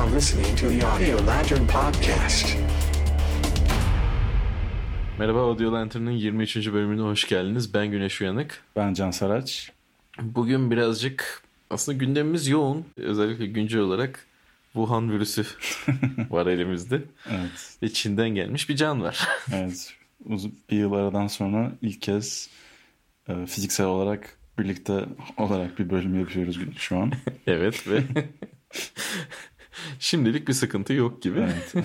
are listening to the Audio Lantern Podcast. Merhaba, Audio Lantern'ın 23. bölümüne hoş geldiniz. Ben Güneş Uyanık. Ben Can Saraç. Bugün birazcık aslında gündemimiz yoğun. Özellikle güncel olarak Wuhan virüsü var elimizde. Evet. Ve Çin'den gelmiş bir can var. Evet. Uzun bir yıl aradan sonra ilk kez fiziksel olarak birlikte olarak bir bölüm yapıyoruz şu an. Evet ve şimdilik bir sıkıntı yok gibi. Evet.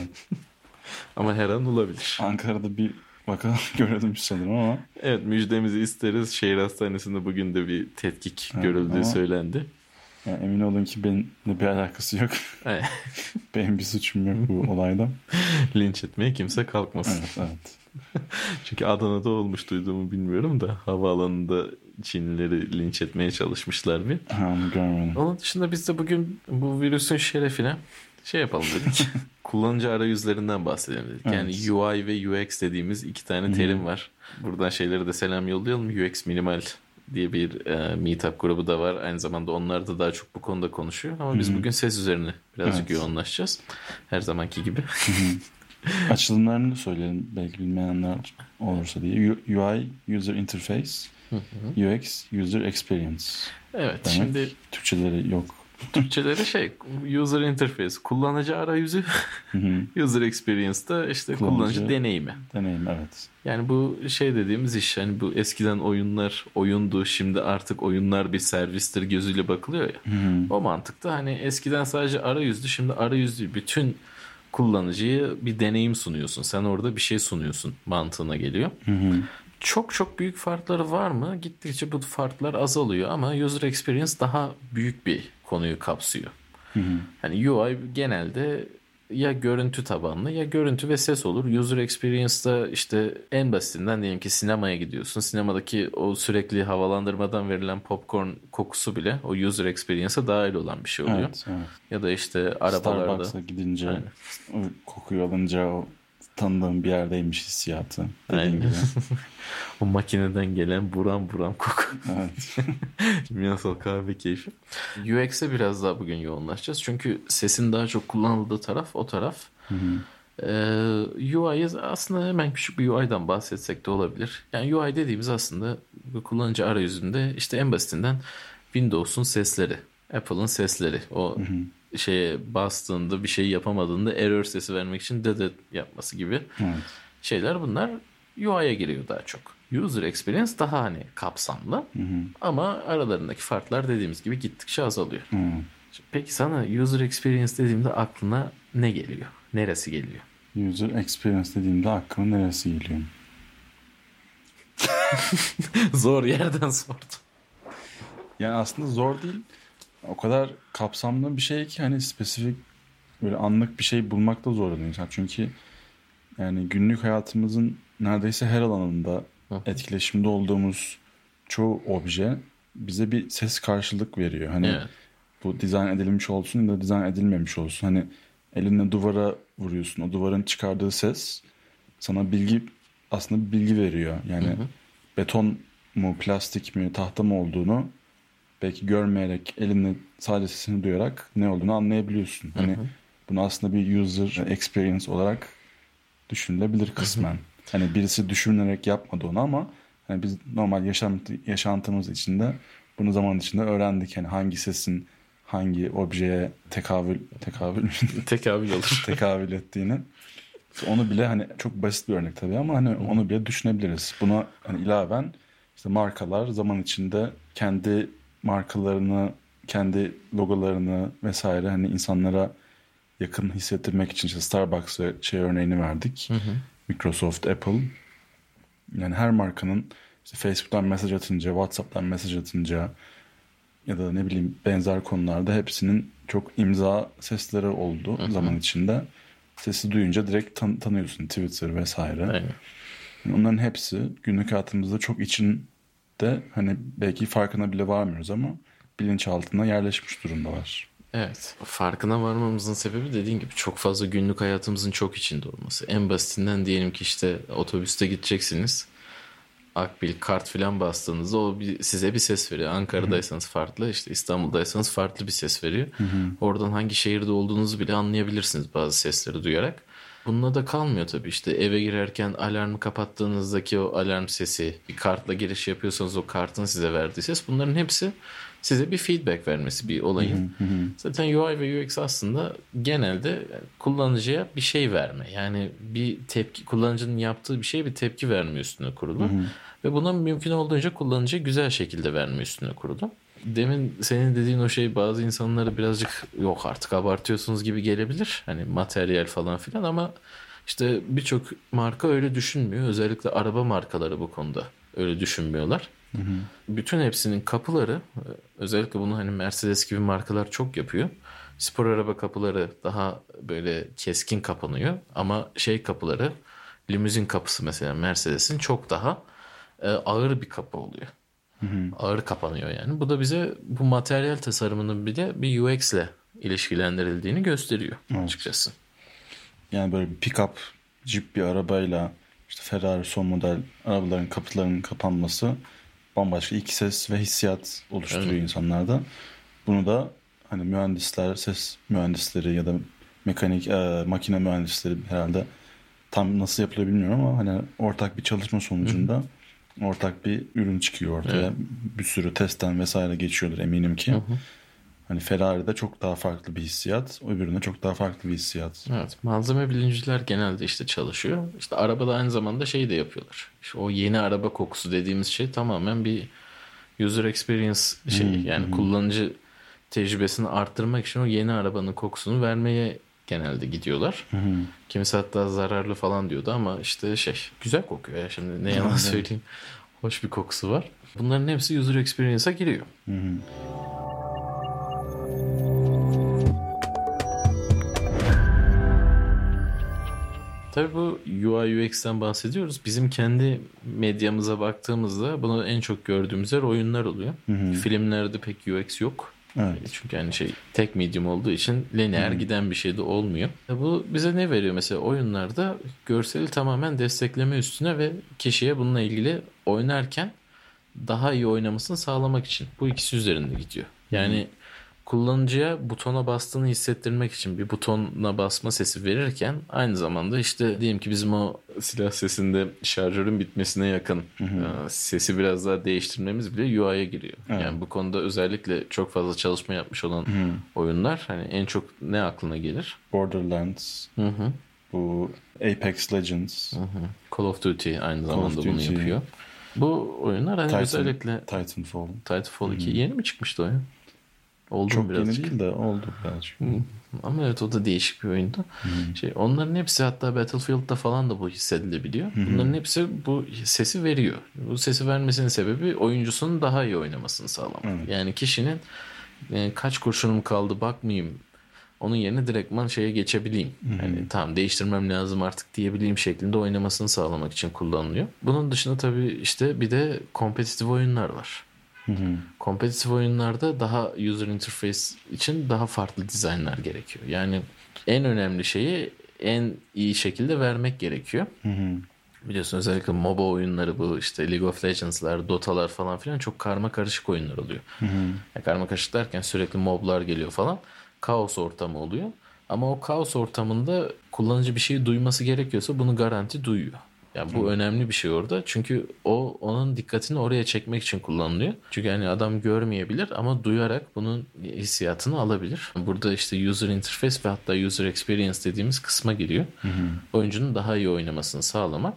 Ama her an olabilir. Ankara'da bir vaka görülmüş sanırım ama. Evet, müjdemizi isteriz. Şehir hastanesinde bugün de bir tetkik Evet, görüldüğü ama söylendi. Yani emin olun ki benimle bir alakası yok. Evet. Benim bir suçum yok bu olayda. Linç etmeye kimse kalkmasın. Evet. Çünkü Adana'da olmuş, duyduğumu bilmiyorum da havaalanında Çinlileri linç etmeye çalışmışlar bir. Onu görmedim. Onun dışında biz de bugün bu virüsün şerefine şey yapalım dedik. Kullanıcı arayüzlerinden bahsedelim dedik. Yani Evet. UI ve UX dediğimiz iki tane terim var. Buradan şeylere de selam yollayalım. UX Minimal diye bir meetup grubu da var. Aynı zamanda onlar da daha çok bu konuda konuşuyor. Ama biz bugün ses üzerine birazcık yoğunlaşacağız. Her zamanki gibi. Açılımlarını söyleyelim belki bilmeyenler olursa diye. UI, User Interface, UX, User Experience. Evet, demek. şimdi Türkçeleri yok. Türkçeleri user interface, kullanıcı arayüzü, user experience da işte kullanıcı deneyimi. Deneyim, evet. Yani bu şey dediğimiz iş, hani bu eskiden oyunlar oyundu, şimdi artık oyunlar bir servistir gözüyle bakılıyor ya. O mantıkta hani eskiden sadece arayüzdü, şimdi arayüzü bütün kullanıcıya bir deneyim sunuyorsun. Sen orada bir şey sunuyorsun mantığına geliyor. Çok çok büyük farkları var mı? Gittikçe bu farklar azalıyor ama user experience daha büyük bir konuyu kapsıyor. Hani UI genelde ya görüntü tabanlı ya görüntü ve ses olur. User experience'da işte en basitinden diyelim ki sinemaya gidiyorsun. Sinemadaki o sürekli havalandırmadan verilen popcorn kokusu bile o user experience'a dahil olan bir şey oluyor. Evet. Ya da işte arabalarda. Starbucks'a gidince Aynen. o kokuyu alınca o tanıdığım bir yerdeymiş hissiyatı. Dediğim Aynen. gibi. O makineden gelen buram buram koku. Evet. Kimyasal kahve keyfi. UX'e biraz daha bugün yoğunlaşacağız. Çünkü sesin daha çok kullanıldığı taraf o taraf. UI'ye aslında hemen küçük bir UI'dan bahsetsek de olabilir. Yani UI dediğimiz aslında bu kullanıcı arayüzünde işte en basitinden Windows'un sesleri, Apple'ın sesleri. O şeye bastığında bir şey yapamadığında error sesi vermek için dedet yapması gibi şeyler, bunlar UI'ye giriyor daha çok. User experience daha hani kapsamlı ama aralarındaki farklar dediğimiz gibi gittikçe azalıyor. Peki sana user experience dediğimde aklına ne geliyor? Neresi geliyor? User experience dediğimde aklıma neresi geliyor? Zor yerden sordum. Yani aslında zor değil. O kadar kapsamlı bir şey ki hani spesifik böyle anlık bir şey bulmakta zorlanıyor insan. Çünkü yani günlük hayatımızın neredeyse her alanında etkileşimde olduğumuz çoğu obje bize bir ses karşılık veriyor. Hani bu dizayn edilmiş olsun ya da dizayn edilmemiş olsun. Hani elinle duvara vuruyorsun. O duvarın çıkardığı ses sana aslında bir bilgi veriyor. Yani beton mu, plastik mi, tahta mı olduğunu belki görmeyerek, elinle sadece sesini duyarak ne olduğunu anlayabiliyorsun. Hani bunu aslında bir user experience olarak düşünülebilir kısmen. Hani birisi düşünerek yapmadı onu ama hani biz normal yaşantımız içinde bunu zaman içinde öğrendik. Yani hangi sesin hangi objeye tekabül olur. tekabül ettiğini. Onu bile hani çok basit bir örnek tabii ama hani onu bile düşünebiliriz. Buna hani ilaven işte markalar zaman içinde kendi markalarını, kendi logolarını vesaire hani insanlara yakın hissettirmek için işte Starbucks ve örneğini verdik. Microsoft, Apple. Yani her markanın işte Facebook'tan mesaj atınca, WhatsApp'tan mesaj atınca ya da ne bileyim benzer konularda hepsinin çok imza sesleri oldu zaman içinde. Sesi duyunca direkt tanıyorsun, Twitter vesaire. Yani onların hepsi günlük hayatımızda çok içinde, hani belki farkına bile varmıyoruz ama bilinçaltına yerleşmiş durumdalar. Evet. Farkına varmamızın sebebi dediğin gibi çok fazla günlük hayatımızın çok içinde olması. En basitinden diyelim ki işte otobüste gideceksiniz. akbil, kart falan bastığınızda o size bir ses veriyor. Ankara'daysanız farklı, işte İstanbul'daysanız farklı bir ses veriyor. Oradan hangi şehirde olduğunuzu bile anlayabilirsiniz bazı sesleri duyarak. Bununla da kalmıyor tabii, işte eve girerken alarmı kapattığınızdaki o alarm sesi, bir kartla giriş yapıyorsanız o kartın size verdiği ses, bunların hepsi size bir feedback vermesi bir olayın. Zaten UI ve UX aslında genelde yani kullanıcıya bir şey verme. Yani bir tepki, kullanıcının yaptığı bir şeye bir tepki verme üstüne kurulu. Ve buna mümkün olduğunca kullanıcıya güzel şekilde verme üstüne kurulu. Demin senin dediğin o şey bazı insanlara birazcık yok artık abartıyorsunuz gibi gelebilir. Hani materyal falan filan ama işte birçok marka öyle düşünmüyor. Özellikle araba markaları bu konuda öyle düşünmüyorlar. Bütün hepsinin kapıları, özellikle bunu hani Mercedes gibi markalar çok yapıyor. Spor araba kapıları daha böyle keskin kapanıyor ama şey kapıları, limuzin kapısı mesela Mercedes'in çok daha ağır bir kapı oluyor. Ağır kapanıyor yani. Bu da bize bu materyal tasarımının bile bir UX ile ilişkilendirildiğini gösteriyor açıkçası. Yani böyle bir pick-up, Jeep bir arabayla işte Ferrari son model arabaların kapılarının kapanması bambaşka iki ses ve hissiyat oluşturuyor insanlarda. Bunu da hani mühendisler, ses mühendisleri ya da mekanik, makine mühendisleri herhalde tam nasıl yapılıyor bilmiyorum ama hani ortak bir çalışma sonucunda ortak bir ürün çıkıyor ortaya. Evet. Bir sürü testten vesaire geçiyordur eminim ki. Hani Ferrari'de çok daha farklı bir hissiyat, öbüründe çok daha farklı bir hissiyat. Evet, malzeme bilimciler genelde işte çalışıyor. İşte arabada aynı zamanda şey de yapıyorlar. İşte o yeni araba kokusu dediğimiz şey tamamen bir user experience şeyi. Yani kullanıcı tecrübesini arttırmak için o yeni arabanın kokusunu vermeye genelde gidiyorlar. Kimisi hatta zararlı falan diyordu ama işte şey güzel kokuyor ya, şimdi ne yalan söyleyeyim. Hoş bir kokusu var. Bunların hepsi user experience'a giriyor. Tabii bu UI UX'ten bahsediyoruz. Bizim kendi medyamıza baktığımızda bunu en çok gördüğümüz yer oyunlar oluyor. Filmlerde pek UX yok. Evet. Çünkü yani şey tek medium olduğu için lineer giden bir şey de olmuyor. Bu bize ne veriyor mesela oyunlarda? Görseli tamamen destekleme üstüne ve kişiye bununla ilgili oynarken daha iyi oynamasını sağlamak için. Bu ikisi üzerinde gidiyor. Yani kullanıcıya butona bastığını hissettirmek için bir butona basma sesi verirken aynı zamanda işte diyelim ki bizim o silah sesinde şarjörün bitmesine yakın sesi biraz daha değiştirmemiz bile UI'ye giriyor. Evet. Yani bu konuda özellikle çok fazla çalışma yapmış olan oyunlar hani en çok ne aklına gelir? Borderlands, bu Apex Legends, Call of Duty aynı zamanda bunu yapıyor. Bu oyunlar hani özellikle Titanfall 2 yeni mi çıkmıştı o ya? Oldu çok birazcık. Yeni değil de oldu birazcık. Ama evet o da değişik bir oyundu. Onların hepsi hatta Battlefield'da falan da bu hissedilebiliyor. Bunların hepsi bu sesi veriyor. Bu sesi vermesinin sebebi oyuncusunun daha iyi oynamasını sağlamak. Yani kişinin kaç kurşunum kaldı bakmayayım. Onun yerine direktman şeye geçebileyim. Yani tamam değiştirmem lazım artık diyebileyim şeklinde oynamasını sağlamak için kullanılıyor. Bunun dışında tabii işte bir de kompetitif oyunlar var. Kompetitif oyunlarda daha user interface için daha farklı dizaynlar gerekiyor. Yani en önemli şeyi en iyi şekilde vermek gerekiyor. Biliyorsun özellikle MOBA oyunları, bu işte League of Legends'lar, Dota'lar falan filan çok karma karışık oyunlar oluyor. Yani karma karışık derken sürekli moblar geliyor falan. Kaos ortamı oluyor. Ama o kaos ortamında kullanıcı bir şeyi duyması gerekiyorsa bunu garanti duyuyor. Yani bu önemli bir şey orada. Çünkü onun dikkatini oraya çekmek için kullanılıyor. Çünkü yani adam görmeyebilir ama duyarak bunun hissiyatını alabilir. Burada işte user interface ve hatta user experience dediğimiz kısma giriyor. Oyuncunun daha iyi oynamasını sağlamak.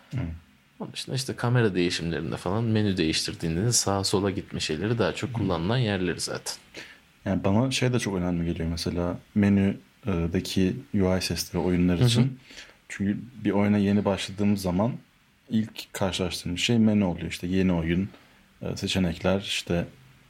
Onun dışında işte kamera değişimlerinde falan menü değiştirdiğinde sağa sola gitme şeyleri daha çok kullanılan yerleri zaten. Yani bana şey de çok önemli geliyor mesela menüdeki UI sesleri oyunlar için. Çünkü bir oyuna yeni başladığımız zaman ilk karşılaştığımız şey menü oluyor. İşte yeni oyun, seçenekler, işte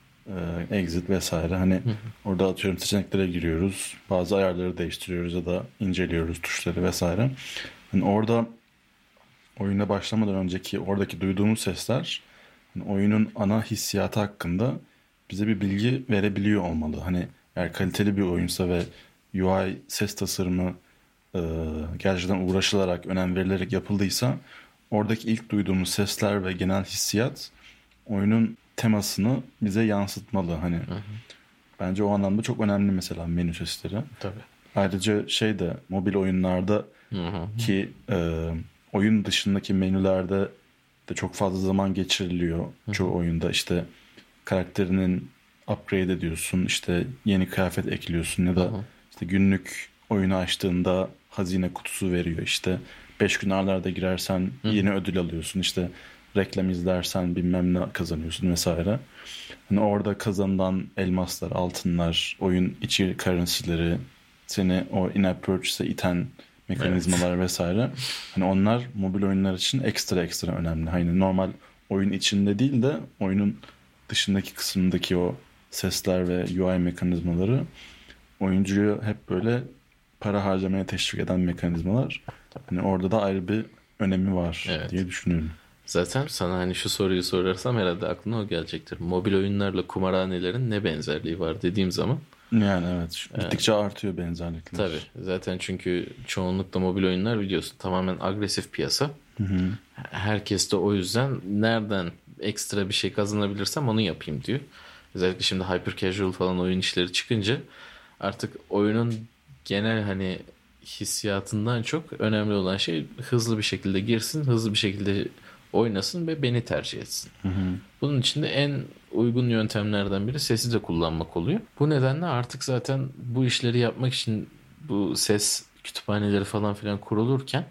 exit vesaire. Hani orada atıyorum seçeneklere giriyoruz. Bazı ayarları değiştiriyoruz ya da inceliyoruz tuşları vesaire. Yani orada oyuna başlamadan önceki oradaki duyduğumuz sesler yani oyunun ana hissiyatı hakkında bize bir bilgi verebiliyor olmalı. Hani eğer kaliteli bir oyunsa ve UI ses tasarımı gerçekten uğraşılarak, önem verilerek yapıldıysa oradaki ilk duyduğumuz sesler ve genel hissiyat oyunun temasını bize yansıtmalı. Hani bence o anlamda çok önemli mesela menü sesleri. Tabii. Ayrıca de mobil oyunlarda ki oyun dışındaki menülerde de çok fazla zaman geçiriliyor. Çoğu oyunda işte karakterinin upgrade ediyorsun, işte yeni kıyafet ekliyorsun ya da işte günlük oyunu açtığında hazine kutusu veriyor. İşte 5 gün ardarda girersen yeni ödül alıyorsun. İşte reklam izlersen bilmem ne kazanıyorsun vesaire. Hani orada kazanılan elmaslar, altınlar, oyun içi currency'leri, seni o in-app purchase'e iten mekanizmalar vesaire. Hani onlar mobil oyunlar için ekstra önemli. Hani normal oyun içinde değil de oyunun dışındaki kısımdaki o sesler ve UI mekanizmaları oyuncuyu hep böyle para harcamaya teşvik eden mekanizmalar. Hani orada da ayrı bir önemi var diye düşünüyorum. Zaten sana hani şu soruyu sorarsam herhalde aklına o gelecektir. Mobil oyunlarla kumarhanelerin ne benzerliği var dediğim zaman. Yani evet. Gittikçe artıyor benzerlikler. Tabii. Zaten çünkü çoğunlukla mobil oyunlar biliyorsun tamamen agresif piyasa. Herkes de o yüzden nereden ekstra bir şey kazanabilirsem onu yapayım diyor. Özellikle şimdi hyper casual falan oyun işleri çıkınca artık oyunun genel hani hissiyatından çok önemli olan şey hızlı bir şekilde girsin, hızlı bir şekilde oynasın ve beni tercih etsin. Bunun için de en uygun yöntemlerden biri sesi de kullanmak oluyor. Bu nedenle artık zaten bu işleri yapmak için bu ses kütüphaneleri falan filan kurulurken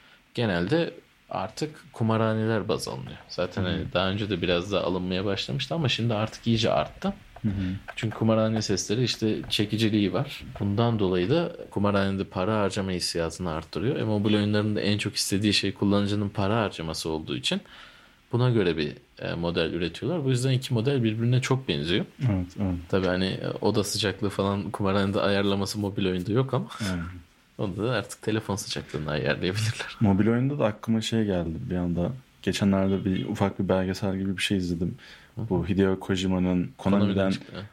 genelde artık kumarhaneler baz alınıyor. Zaten hani daha önce de biraz daha alınmaya başlamıştı ama şimdi artık iyice arttı. Çünkü kumarhane sesleri işte çekiciliği var. Bundan dolayı da kumarhanede para harcama hissiyatını arttırıyor. Mobil oyunların da en çok istediği şey kullanıcının para harcaması olduğu için buna göre bir model üretiyorlar. Bu yüzden iki model birbirine çok benziyor. Evet. Tabii hani oda sıcaklığı falan kumarhanede ayarlaması mobil oyunda yok ama onda da artık telefon sıcaklığını ayarlayabilirler. Mobil oyunda da aklıma geldi bir anda. Geçenlerde bir ufak bir belgesel gibi bir şey izledim. Bu Hideo Kojima'nın Konami'den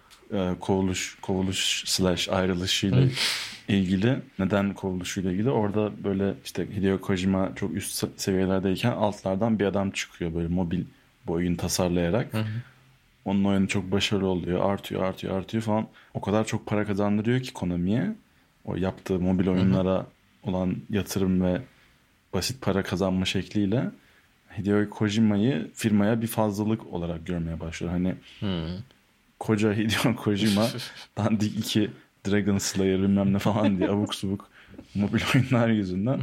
kovuluş / ayrılışıyla ilgili, neden kovuluşuyla ilgili. Orada böyle işte Hideo Kojima çok üst seviyelerdeyken altlardan bir adam çıkıyor böyle mobil bu oyun tasarlayarak. Onun oyunu çok başarılı oluyor. Artıyor falan. O kadar çok para kazandırıyor ki Konami'ye. O yaptığı mobil oyunlara olan yatırım ve basit para kazanma şekliyle Hideo Kojima'yı firmaya bir fazlalık olarak görmeye başlıyor. Hani koca Hideo Kojima dandik 2 Dragon Slayer bilmem ne falan diye abuk subuk mobil oyunlar yüzünden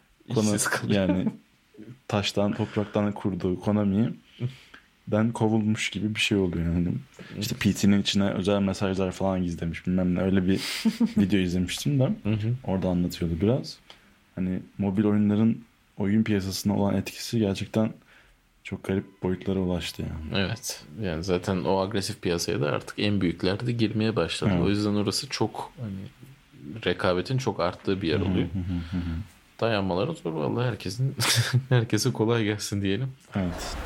yani taştan topraktan kurduğu Konami'den kovulmuş gibi bir şey oluyor yani. İşte PT'nin içine özel mesajlar falan gizlemiş bilmem ne, öyle bir video izlemiştim de orada anlatıyordu biraz. Hani mobil oyunların oyun piyasasına olan etkisi gerçekten çok garip boyutlara ulaştı yani. Evet. Yani zaten o agresif piyasaya da artık en büyükler de girmeye başladı. O yüzden orası çok hani rekabetin çok arttığı bir yer oluyor. Dayanmaları zor vallahi herkese kolay gelsin diyelim. Evet.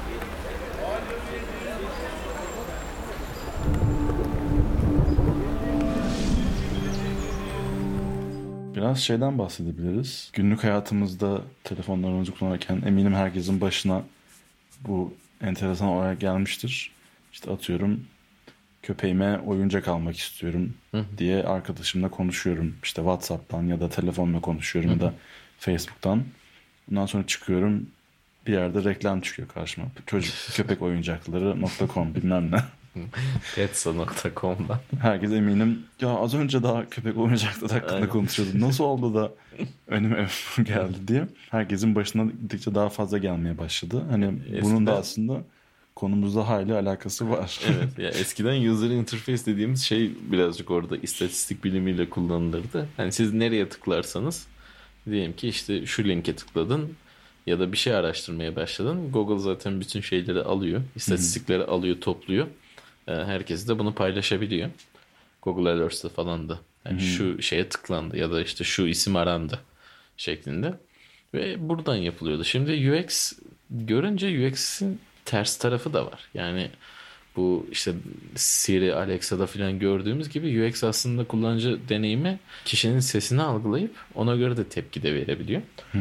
Biraz şeyden bahsedebiliriz. Günlük hayatımızda telefonlarımızı kullanırken eminim herkesin başına bu enteresan olarak gelmiştir. İşte atıyorum köpeğime oyuncak almak istiyorum diye arkadaşımla konuşuyorum. İşte WhatsApp'tan ya da telefonla konuşuyorum ya da Facebook'tan. Ondan sonra çıkıyorum, bir yerde reklam çıkıyor karşıma. Köpek oyuncakları.com bilmem ne. Petsa.com'dan. Herkes eminim ya az önce daha köpek oyuncakları hakkında konuşuyordum. Nasıl oldu da önüme geldi diye. Herkesin başına gittikçe daha fazla gelmeye başladı. Hani bunun da aslında konumuzla hayli alakası var. Evet. Ya eskiden user interface dediğimiz şey birazcık orada istatistik bilimiyle kullanılırdı. Hani siz nereye tıklarsanız diyelim ki işte şu linke tıkladın ya da bir şey araştırmaya başladın. Google zaten bütün şeyleri alıyor. İstatistikleri alıyor, topluyor. Herkes de bunu paylaşabiliyor. Google Alerts'ta falan da. Yani şu şeye tıklandı ya da işte şu isim arandı şeklinde. Ve buradan yapılıyordu. Şimdi UX görünce UX'in ters tarafı da var. Yani bu işte Siri, Alexa'da falan gördüğümüz gibi UX aslında kullanıcı deneyimi kişinin sesini algılayıp ona göre de tepki de verebiliyor.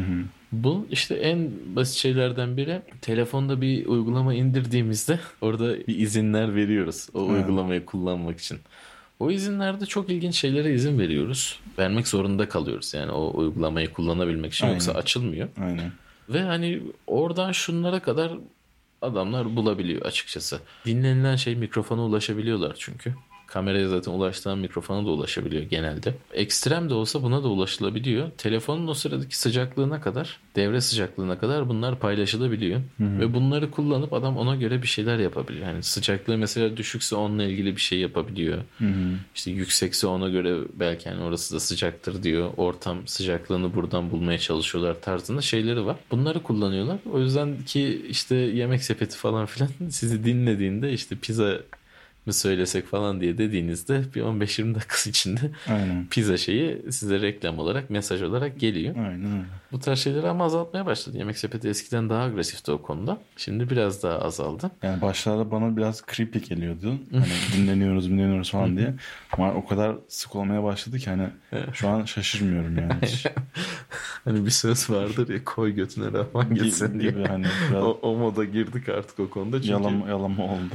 Bu işte en basit şeylerden biri, telefonda bir uygulama indirdiğimizde orada bir izinler veriyoruz o uygulamayı kullanmak için. O izinlerde çok ilginç şeylere izin veriyoruz. Vermek zorunda kalıyoruz yani o uygulamayı kullanabilmek için. Yoksa açılmıyor. Aynen. Ve hani oradan şunlara kadar adamlar bulabiliyor açıkçası. Dinlenilen şey mikrofona ulaşabiliyorlar çünkü. Kameraya zaten ulaştığı mikrofona da ulaşabiliyor genelde. Ekstrem de olsa buna da ulaşılabiliyor. Telefonun o sıradaki sıcaklığına kadar, devre sıcaklığına kadar bunlar paylaşılabiliyor. Ve bunları kullanıp adam ona göre bir şeyler yapabiliyor. Yani sıcaklığı mesela düşükse onunla ilgili bir şey yapabiliyor. İşte yüksekse ona göre belki yani orası da sıcaktır diyor. Ortam sıcaklığını buradan bulmaya çalışıyorlar tarzında şeyleri var. Bunları kullanıyorlar. O yüzden ki işte Yemek Sepeti falan filan sizi dinlediğinde işte pizza mı söylesek falan diye dediğinizde bir 15-20 dakika içinde pizza şeyi size reklam olarak, mesaj olarak geliyor. Aynen. Bu tarz şeyleri ama azaltmaya başladı. Yemek Sepeti eskiden daha agresifti o konuda. Şimdi biraz daha azaldı. Yani başlarda bana biraz creepy geliyordu. Hani dinleniyoruz falan diye. Ama o kadar sık olmaya başladı ki hani şu an şaşırmıyorum yani hiç. Hani bir söz vardır ya, koy götüne rahman gitsin diye. Gibi hani biraz o moda girdik artık o konuda. Çünkü yalama oldu.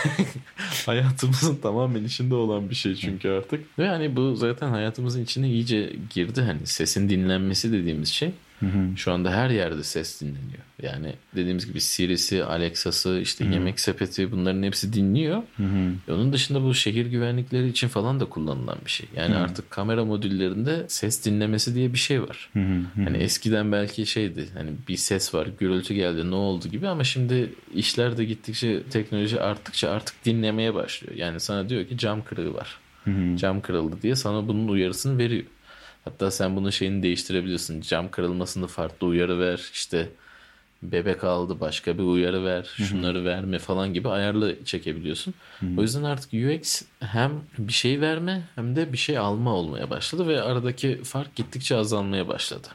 hayatımızın tamamen içinde olan bir şey çünkü artık. Ve hani bu zaten hayatımızın içine iyice girdi. Hani sesin dinlenmesi dediğimiz şey. Şu anda her yerde ses dinleniyor. Yani dediğimiz gibi Siri'si, Alexa'sı, işte Yemek Sepeti, bunların hepsi dinliyor. Onun dışında bu şehir güvenlikleri için falan da kullanılan bir şey. Yani artık kamera modüllerinde ses dinlemesi diye bir şey var. Hani eskiden belki şeydi, hani bir ses var, gürültü geldi, ne oldu gibi, ama şimdi işler de gittikçe, teknoloji arttıkça artık dinlemeye başlıyor. Yani sana diyor ki cam kırığı var. Cam kırıldı diye sana bunun uyarısını veriyor. Hatta sen bunun şeyini değiştirebilirsin. Cam kırılmasında farklı uyarı ver. İşte bebek aldı, başka bir uyarı ver. Şunları verme falan gibi ayarlı çekebiliyorsun. O yüzden artık UX hem bir şey verme hem de bir şey alma olmaya başladı ve aradaki fark gittikçe azalmaya başladı.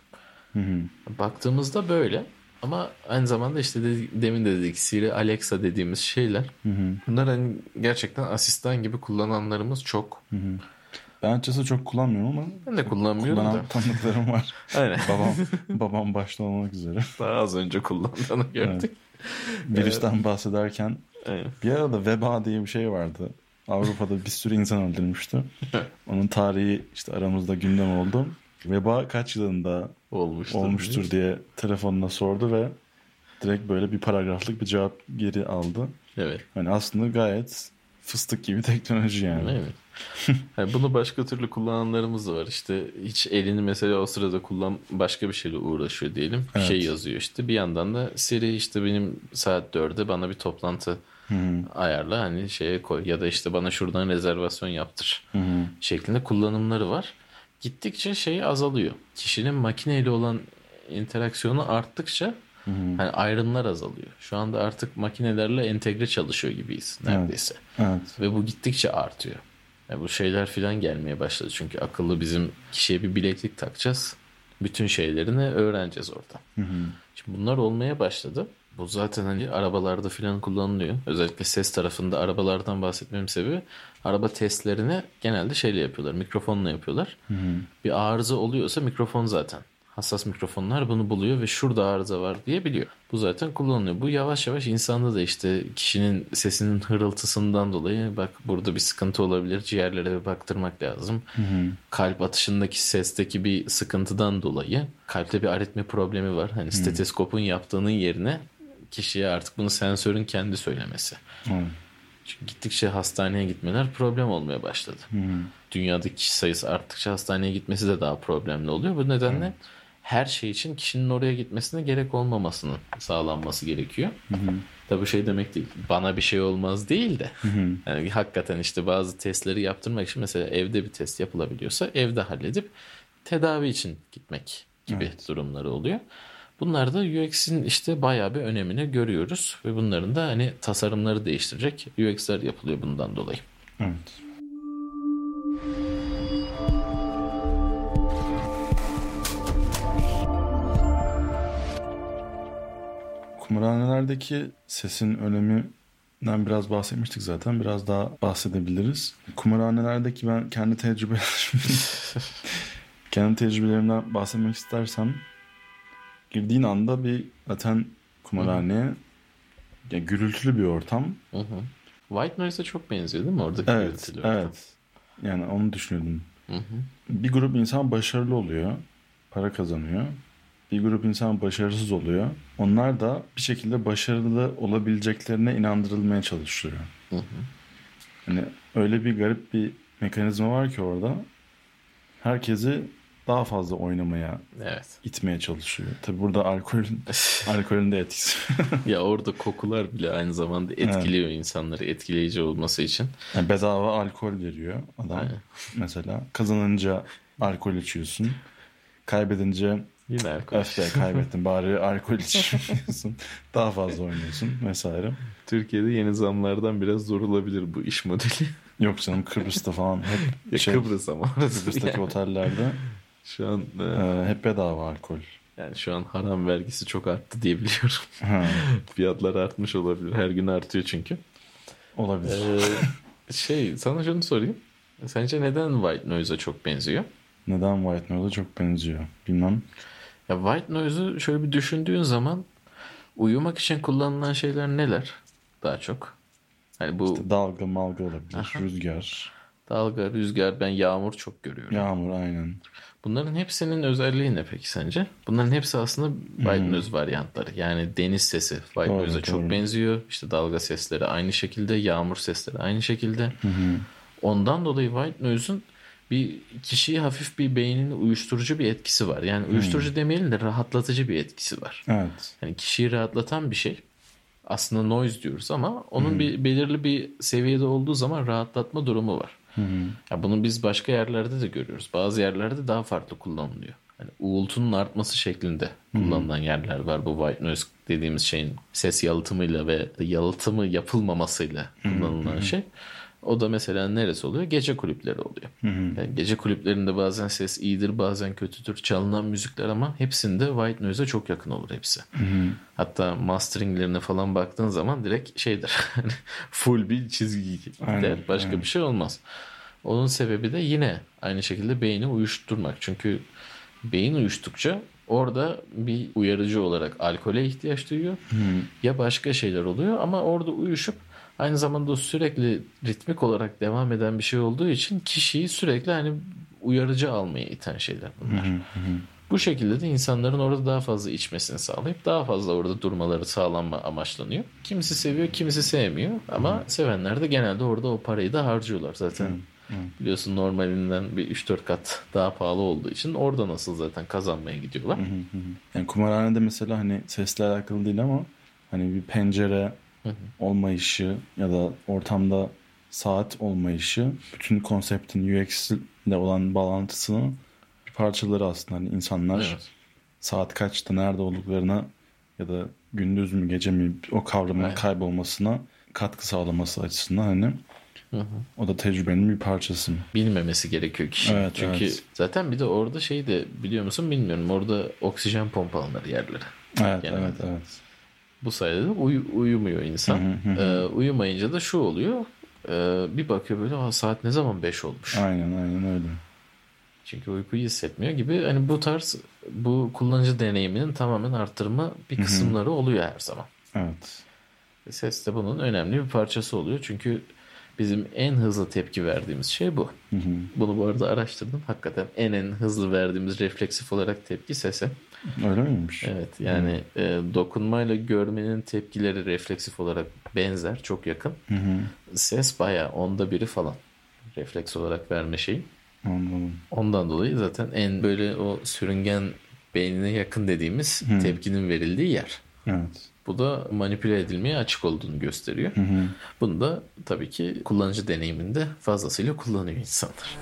Baktığımızda böyle. Ama aynı zamanda işte demin de dedik, Siri, Alexa dediğimiz şeyler. Bunlar hani gerçekten asistan gibi kullananlarımız çok. Ben açıkçası çok kullanmıyorum ama ben de kullanmıyorum kullanan da. tanıdıklarım var. Aynen. babam başta olmak üzere. Daha az önce kullandığını gördük. Virüsten bahsederken Aynen. bir arada veba diye bir şey vardı. Avrupa'da bir sürü insan öldürmüştü. Onun tarihi işte aramızda gündem oldu. Veba kaç yılında olmuştur diye telefonuna sordu ve direkt böyle bir paragraflık bir cevap geri aldı. Evet. Hani aslında gayet fıstık gibi teknoloji yani. Evet. Yani bunu başka türlü kullananlarımız da var. İşte hiç elini mesela o sırada başka bir şeyle uğraşıyor diyelim. Bir şey yazıyor işte. Bir yandan da Siri işte benim saat 4'e bana bir toplantı ayarla, hani şeye koy ya da işte bana şuradan rezervasyon yaptır şeklinde kullanımları var. Gittikçe şey azalıyor. Kişinin makineyle olan interaksiyonu arttıkça hani ayrımlar azalıyor. Şu anda artık makinelerle entegre çalışıyor gibiyiz neredeyse. Evet. Ve bu gittikçe artıyor. Yani bu şeyler filan gelmeye başladı. Çünkü akıllı, bizim kişiye bir bileklik takacağız. Bütün şeylerini öğreneceğiz orada. Şimdi bunlar olmaya başladı. Bu zaten hani arabalarda filan kullanılıyor. Özellikle ses tarafında arabalardan bahsetmem sebebi, araba testlerini genelde şeyle yapıyorlar. Mikrofonla yapıyorlar. Bir arıza oluyorsa mikrofon zaten. Hassas mikrofonlar bunu buluyor ve şurada arıza var diye biliyor. Bu zaten kullanılıyor. Bu yavaş yavaş insanda da işte kişinin sesinin hırıltısından dolayı bak burada bir sıkıntı olabilir, ciğerlere bir baktırmak lazım. Kalp atışındaki sesteki bir sıkıntıdan dolayı kalpte bir aritmi problemi var. Hani steteskopun yaptığının yerine kişiye artık bunu sensörün kendi söylemesi. Çünkü gittikçe hastaneye gitmeler problem olmaya başladı. Dünyadaki kişi sayısı arttıkça hastaneye gitmesi de daha problemli oluyor. Bu nedenle her şey için kişinin oraya gitmesine gerek olmamasının sağlanması gerekiyor. Tabii şey demek değil, bana bir şey olmaz değil de yani hakikaten işte bazı testleri yaptırmak için mesela evde bir test yapılabiliyorsa evde halledip tedavi için gitmek gibi durumları oluyor. Bunlar da UX'in işte bayağı bir önemini görüyoruz ve bunların da hani tasarımları değiştirecek UX'ler yapılıyor bundan dolayı. Evet. Kumarhanelerdeki sesin öneminden biraz bahsetmiştik zaten. Biraz daha bahsedebiliriz. Kumarhanelerdeki ben kendi tecrübelerimden bahsetmek istersem girdiğin anda bir zaten kumarhaneye ya, gürültülü bir ortam. Hı hı. White Noise'a çok benziyor değil mi oradaki Evet, gürültülü ortam? evet. Yani onu düşünüyordum. Hı hı. Bir grup insan başarılı oluyor, para kazanıyor. Bir grup insan başarısız oluyor. Onlar da bir şekilde başarılı olabileceklerine inandırılmaya çalışıyor. Hı hı. Hani öyle bir garip bir mekanizma var ki orada. Herkesi daha fazla oynamaya Evet. itmeye çalışıyor. Tabii burada alkolün de etkisi. Ya orada kokular bile aynı zamanda etkiliyor insanları, etkileyici olması için. Yani bedava alkol veriyor adam. Aynen. Mesela kazanınca alkol içiyorsun. Kaybedince Yine alkol. öf be kaybettin bari alkol içiyorsun. Daha fazla oynuyorsun vesaire. Türkiye'de yeni zamlardan biraz zor olabilir bu iş modeli. Yok canım Kıbrıs'ta falan hep Ya Kıbrıs ama orası Kıbrıs'taki yani. otellerde Şu an hep bedava alkol. yani şu an haram vergisi çok arttı diye biliyorum. Ha, Fiyatlar artmış olabilir. Her gün artıyor çünkü. olabilir. Sana şunu sorayım. Sence neden White Noise'a çok benziyor? Neden White Noise'a çok benziyor? Bilmem. Ya White Noise'u şöyle bir düşündüğün zaman uyumak için kullanılan şeyler neler daha çok? Hani bu İşte dalga malga olabilir. Aha. Rüzgar. dalga, rüzgar, ben yağmur çok görüyorum. Yağmur aynen. Bunların hepsinin özelliği ne peki sence? Bunların hepsi aslında White Noise varyantları. Yani deniz sesi White Doğru, Noise'a çok doğru. benziyor. İşte dalga sesleri aynı şekilde, yağmur sesleri aynı şekilde. Ondan dolayı White Noise'un bir kişiyi hafif bir beynini uyuşturucu bir etkisi var. Yani uyuşturucu demeyelim de rahatlatıcı bir etkisi var. Evet. Yani kişiyi rahatlatan bir şey. Aslında noise diyoruz ama onun bir belirli bir seviyede olduğu zaman rahatlatma durumu var. Ya bunu biz başka yerlerde de görüyoruz. Bazı yerlerde daha farklı kullanılıyor. Hani uğultunun artması şeklinde kullanılan yerler var. Bu white noise dediğimiz şeyin ses yalıtımıyla ve yalıtımı yapılmamasıyla kullanılan şey. O da mesela neresi oluyor? Gece kulüpleri oluyor. Yani gece kulüplerinde bazen ses iyidir, bazen kötüdür. Çalınan müzikler ama hepsinde white noise'a çok yakın olur hepsi. Hatta masteringlerine falan baktığın zaman direkt şeydir. Full bir çizgi Aynen, der. Başka aynen. bir şey olmaz. Onun sebebi de yine aynı şekilde beyni uyuşturmak. Çünkü beyin uyuştukça orada bir uyarıcı olarak alkole ihtiyaç duyuyor. Ya başka şeyler oluyor ama orada uyuşup aynı zamanda sürekli ritmik olarak devam eden bir şey olduğu için kişiyi sürekli hani uyarıcı almaya iten şeyler bunlar. Bu şekilde de insanların orada daha fazla içmesini sağlayıp daha fazla orada durmaları sağlanma amaçlanıyor. Kimisi seviyor, kimisi sevmiyor ama sevenler de genelde orada o parayı da harcıyorlar. Zaten biliyorsun normalinden bir 3-4 kat daha pahalı olduğu için orada nasıl zaten kazanmaya gidiyorlar. Yani kumarhanede mesela hani sesle alakalı değil ama hani bir pencere olmayışı ya da ortamda saat olmayışı bütün konseptin UX ile olan bağlantısının bir parçaları aslında. Hani insanlar Evet. saat kaçta nerede olduklarına ya da gündüz mü gece mi o kavramın Evet. kaybolmasına katkı sağlaması açısından hani o da tecrübenin bir parçası. Bilmemesi gerekiyor kişi. Evet, Çünkü evet. zaten bir de orada şey de biliyor musun bilmiyorum. Orada oksijen pompalanır yerlere. Evet, Genelde. evet. Bu sayede de uyumuyor insan. Uyumayınca da şu oluyor. Bir bakıyor böyle saat ne zaman 5 olmuş. Aynen öyle. Çünkü uykuyu hissetmiyor gibi. Hani bu tarz bu kullanıcı deneyiminin tamamen arttırma bir kısımları oluyor her zaman. Evet. Ses de bunun önemli bir parçası oluyor. Çünkü bizim en hızlı tepki verdiğimiz şey bu. Bunu bu arada araştırdım. Hakikaten en hızlı verdiğimiz refleksif olarak tepki sese. Öyle miymiş? Evet yani dokunmayla görmenin tepkileri refleksif olarak benzer, çok yakın. Ses bayağı 1/10 falan refleks olarak verme şeyi. Anladım. Ondan dolayı zaten en böyle o sürüngen beynine yakın dediğimiz tepkinin verildiği yer. Evet. Bu da manipüle edilmeye açık olduğunu gösteriyor. Bunu da tabii ki kullanıcı deneyiminde fazlasıyla kullanıyor insanlar.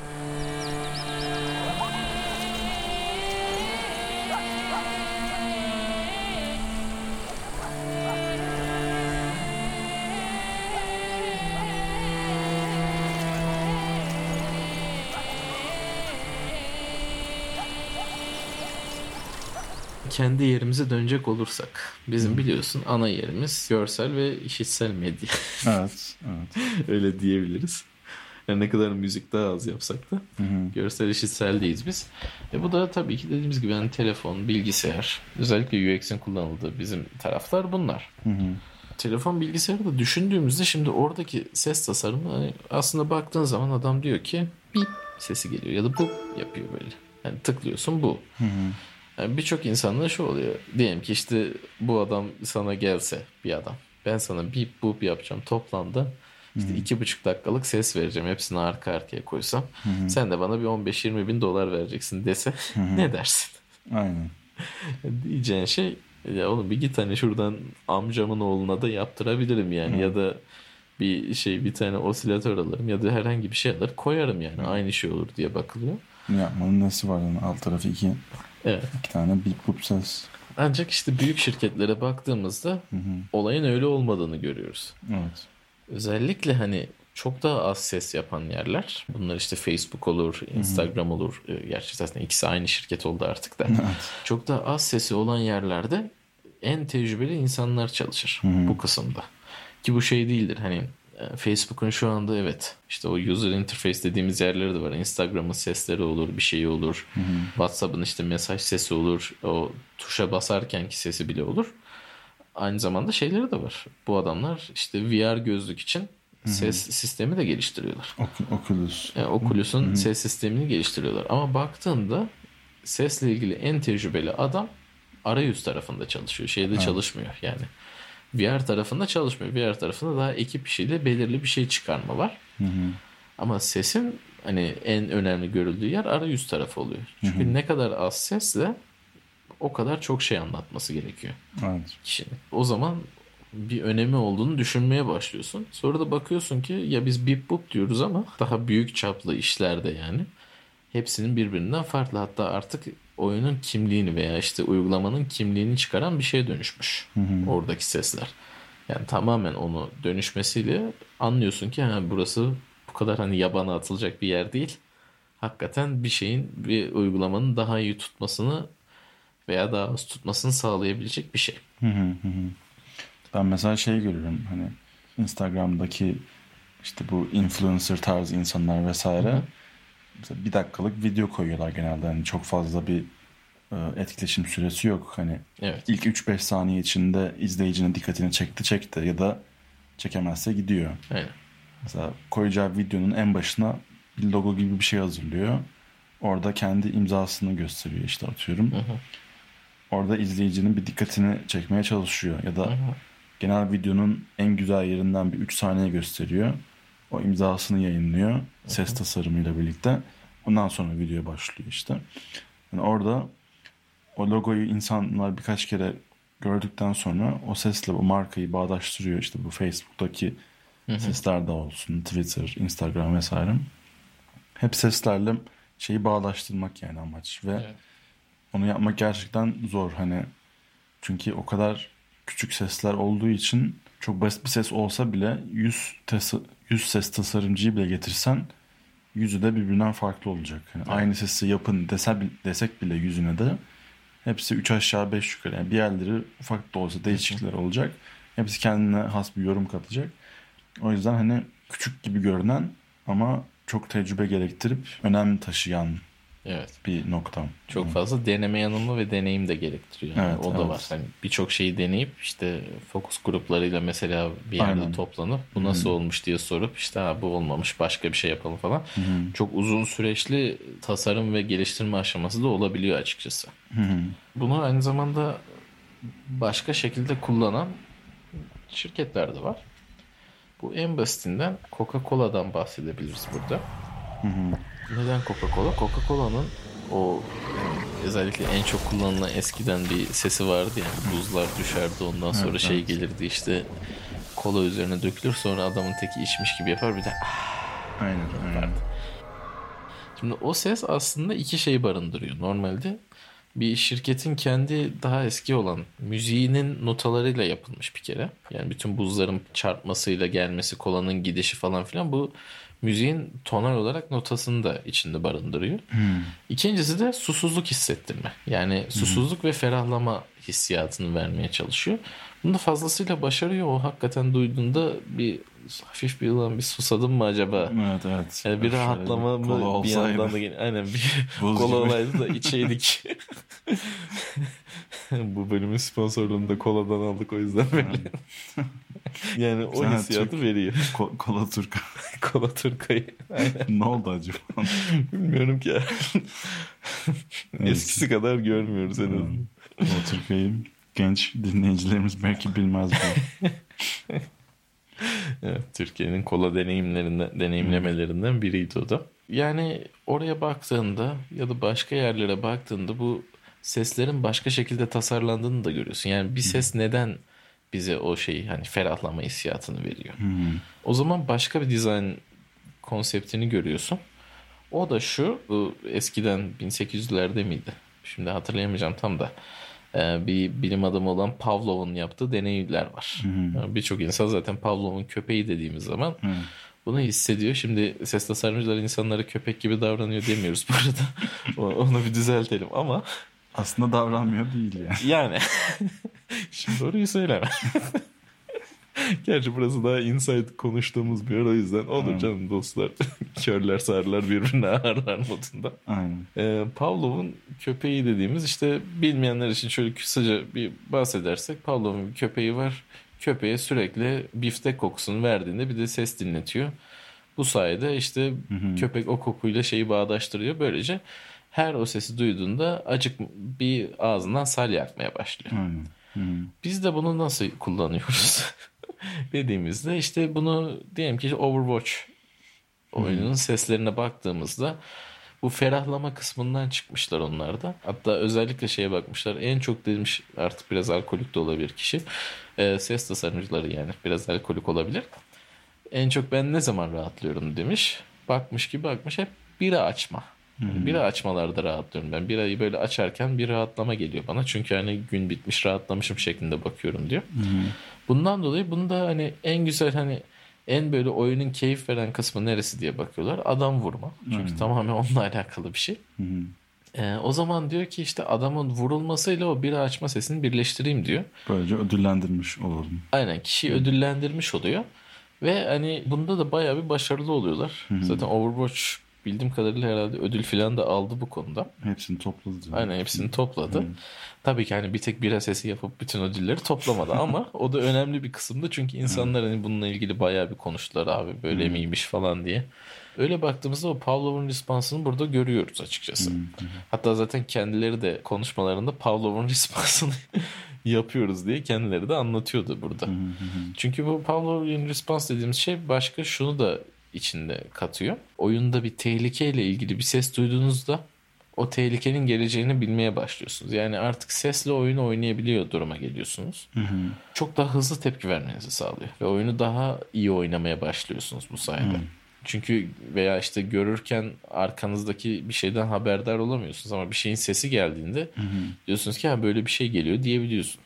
Kendi yerimize dönecek olursak bizim biliyorsun ana yerimiz görsel ve işitsel medya. Evet. Öyle diyebiliriz. Yani ne kadar müzik daha az yapsak da görsel işitseldeyiz biz. Bu da tabii ki dediğimiz gibi yani telefon, bilgisayar, özellikle UX'in kullanıldığı bizim taraflar bunlar. Telefon, bilgisayarı da düşündüğümüzde şimdi oradaki ses tasarımı hani aslında baktığın zaman adam diyor ki bip sesi geliyor ya da bu yapıyor böyle. Yani tıklıyorsun bu. Yani birçok insanda şu oluyor. Diyelim ki işte bu adam sana gelse, bir adam. Ben sana bip bup yapacağım toplamda. İşte 2,5 dakikalık ses vereceğim. Hepsini arka arkaya koysam. Sen de bana bir 15-20 bin dolar vereceksin dese ne dersin? Aynen. Diyeceğin şey ya oğlum bir git hani şuradan amcamın oğluna da yaptırabilirim yani. Ya da bir tane osilatör alırım ya da herhangi bir şey alır koyarım yani. Aynı şey olur diye bakılıyor. Yapmanın nesi var yani? Alt tarafı 2. Evet. 2 tane bip bup ses. Ancak işte büyük şirketlere baktığımızda olayın öyle olmadığını görüyoruz. Evet. Özellikle hani çok daha az ses yapan yerler. Bunlar işte Facebook olur, Instagram olur. Gerçi zaten ikisi aynı şirket oldu artık da. Evet. Çok daha az sesi olan yerlerde en tecrübeli insanlar çalışır bu kısımda. Ki bu şey değildir hani Facebook'un şu anda evet işte o user interface dediğimiz yerleri de var. Instagram'ın sesleri olur, bir şey olur. WhatsApp'ın işte mesaj sesi olur. O tuşa basarkenki sesi bile olur. Aynı zamanda şeyleri de var. Bu adamlar işte VR gözlük için ses sistemi de geliştiriyorlar. Oculus. Yani Oculus'un ses sistemini geliştiriyorlar. Ama baktığında sesle ilgili en tecrübeli adam arayüz tarafında çalışıyor. Şeyde çalışmıyor yani. VR tarafında çalışmıyor. VR tarafında daha ekip işiyle belirli bir şey çıkarma var. Ama sesin hani en önemli görüldüğü yer arayüz tarafı oluyor. Çünkü ne kadar az sesle o kadar çok şey anlatması gerekiyor kişinin. O zaman bir önemi olduğunu düşünmeye başlıyorsun. Sonra da bakıyorsun ki ya biz bip bup diyoruz ama daha büyük çaplı işlerde yani hepsinin birbirinden farklı. Hatta artık oyunun kimliğini veya işte uygulamanın kimliğini çıkaran bir şeye dönüşmüş oradaki sesler. Yani tamamen onu dönüşmesiyle anlıyorsun ki burası bu kadar hani yabana atılacak bir yer değil. Hakikaten bir şeyin, bir uygulamanın daha iyi tutmasını veya daha az tutmasını sağlayabilecek bir şey. Ben mesela şey görüyorum hani Instagram'daki işte bu influencer tarzı insanlar vesaire mesela 1 dakikalık video koyuyorlar genelde hani çok fazla bir etkileşim süresi yok hani ilk 3-5 saniye içinde izleyicinin dikkatini çekti ya da çekemezse gidiyor. Aynen. Mesela koyacağı videonun en başına bir logo gibi bir şey hazırlıyor. Orada kendi imzasını gösteriyor işte atıyorum. Orada izleyicinin bir dikkatini çekmeye çalışıyor. Ya da genel videonun en güzel yerinden bir 3 saniye gösteriyor. O imzasını yayınlıyor. Ses tasarımıyla birlikte. Ondan sonra videoya başlıyor işte. Yani orada o logoyu insanlar birkaç kere gördükten sonra o sesle o markayı bağdaştırıyor. İşte bu Facebook'taki sesler de olsun. Twitter, Instagram vesaire. Hep seslerle şeyi bağdaştırmak yani amaç. Ve onu yapmak gerçekten zor hani. Çünkü o kadar küçük sesler olduğu için çok basit bir ses olsa bile 100 ses tasarımcıyı bile getirsen yüzü de birbirinden farklı olacak. Yani aynı sesi yapın desek bile yüzüne de hepsi 3 aşağı 5 yukarı. Yani bir yerleri ufak da olsa değişiklikler olacak. Hepsi kendine has bir yorum katacak. O yüzden hani küçük gibi görünen ama çok tecrübe gerektirip önem taşıyan bir nokta. Çok fazla deneme yanılma ve deneyim de gerektiriyor. Yani o da var. Hani birçok şeyi deneyip işte fokus gruplarıyla mesela bir yerde toplanıp bu nasıl olmuş diye sorup işte bu olmamış başka bir şey yapalım falan. Çok uzun süreçli tasarım ve geliştirme aşaması da olabiliyor açıkçası. Bunu aynı zamanda başka şekilde kullanan şirketler de var. Bu en basitinden Coca-Cola'dan bahsedebiliriz burada. Neden Coca-Cola? Coca-Cola'nın o özellikle en çok kullanılan eskiden bir sesi vardı yani buzlar düşerdi ondan sonra gelirdi işte kola üzerine dökülür sonra adamın teki içmiş gibi yapar bir de Aynen. Şimdi o ses aslında iki şey barındırıyor. Normalde bir şirketin kendi daha eski olan müziğinin notalarıyla yapılmış bir kere. Yani bütün buzların çarpmasıyla gelmesi, kolanın gidişi falan filan bu müziğin tonal olarak notasını da içinde barındırıyor. İkincisi de susuzluk hissettirme. Yani susuzluk ve ferahlama hissiyatını vermeye çalışıyor. Bunu da fazlasıyla başarıyor. O hakikaten duyduğunda bir hafif bir yılan bir susadım mı acaba? Evet. Yani bir rahatlama mı bir yandan da aynen bir kola olaydı da içeydik. Bu bölümün sponsorluğunu da koladan aldık o yüzden böyle. Yani o hissiyatı veriyor. Kola Turka. Kola Turka'yı. Ne oldu acaba? Bilmiyorum ki. Eskisi kadar görmüyoruz en azından. Kola Turka'yı genç dinleyicilerimiz belki bilmez bu. Evet, Türkiye'nin kola deneyimlemelerinden biriydi o da. Yani oraya baktığında ya da başka yerlere baktığında bu seslerin başka şekilde tasarlandığını da görüyorsun. Yani bir ses neden bize o şeyi hani ferahlama hissiyatını veriyor. O zaman başka bir dizayn konseptini görüyorsun. O da şu, bu eskiden 1800'lerde miydi? Şimdi hatırlayamayacağım tam da. Bir bilim adamı olan Pavlov'un yaptığı deneyler var. Yani birçok insan zaten Pavlov'un köpeği dediğimiz zaman bunu hissediyor. Şimdi ses tasarımcıları insanlara köpek gibi davranıyor demiyoruz bu arada. Onu bir düzeltelim ama. Aslında davranmıyor değil yani. Yani. Şimdi orayı söyleme. Gerçi burası daha inside konuştuğumuz bir yer, o yüzden olur canım dostlar. Körler sağırlar birbirine ağırlar modunda. Aynen. Pavlov'un köpeği dediğimiz, işte bilmeyenler için şöyle kısaca bir bahsedersek, Pavlov'un bir köpeği var. Köpeğe sürekli biftek kokusunu verdiğinde bir de ses dinletiyor. Bu sayede işte köpek o kokuyla şeyi bağdaştırıyor. Böylece her o sesi duyduğunda acık bir ağzından salya akmaya başlıyor. Biz de bunu nasıl kullanıyoruz? Dediğimizde işte bunu diyelim ki Overwatch oyunun seslerine baktığımızda bu ferahlama kısmından çıkmışlar onlar da. Hatta özellikle şeye bakmışlar. En çok demiş, artık biraz alkolik de olabilir kişi. Ses tasarımcıları yani biraz alkolik olabilir. En çok ben ne zaman rahatlıyorum demiş. Bakmış hep bira açma. Bira açmalarda rahatlıyorum ben. Birayı böyle açarken bir rahatlama geliyor bana. Çünkü hani gün bitmiş, rahatlamışım şeklinde bakıyorum diyor. Bundan dolayı bunda hani en güzel, hani en böyle oyunun keyif veren kısmı neresi diye bakıyorlar. Adam vurma. Çünkü tamamen onunla alakalı bir şey. O zaman diyor ki işte adamın vurulmasıyla o bira açma sesini birleştireyim diyor. Böylece ödüllendirmiş olalım. Aynen, kişiyi ödüllendirmiş oluyor. Ve hani bunda da bayağı bir başarılı oluyorlar. Zaten Overwatch bildiğim kadarıyla herhalde ödül falan da aldı bu konuda. Hepsini topladı. Aynen, hepsini topladı. Tabii ki hani bir tek bira sesi yapıp bütün ödülleri toplamadı ama o da önemli bir kısımdı. Çünkü insanlar hani bununla ilgili bayağı bir konuştular, abi böyle miymiş falan diye. Öyle baktığımızda o Pavlov'un respansını burada görüyoruz açıkçası. Hatta zaten kendileri de konuşmalarında Pavlov'un respansını yapıyoruz diye kendileri de anlatıyordu burada. Çünkü bu Pavlov'un respans dediğimiz şey başka şunu da içinde katıyor. Oyunda bir tehlikeyle ilgili bir ses duyduğunuzda o tehlikenin geleceğini bilmeye başlıyorsunuz. Yani artık sesle oyunu oynayabiliyor duruma geliyorsunuz. Çok daha hızlı tepki vermenizi sağlıyor. Ve oyunu daha iyi oynamaya başlıyorsunuz bu sayede. Çünkü veya işte görürken arkanızdaki bir şeyden haberdar olamıyorsunuz. Ama bir şeyin sesi geldiğinde diyorsunuz ki böyle bir şey geliyor diyebiliyorsun.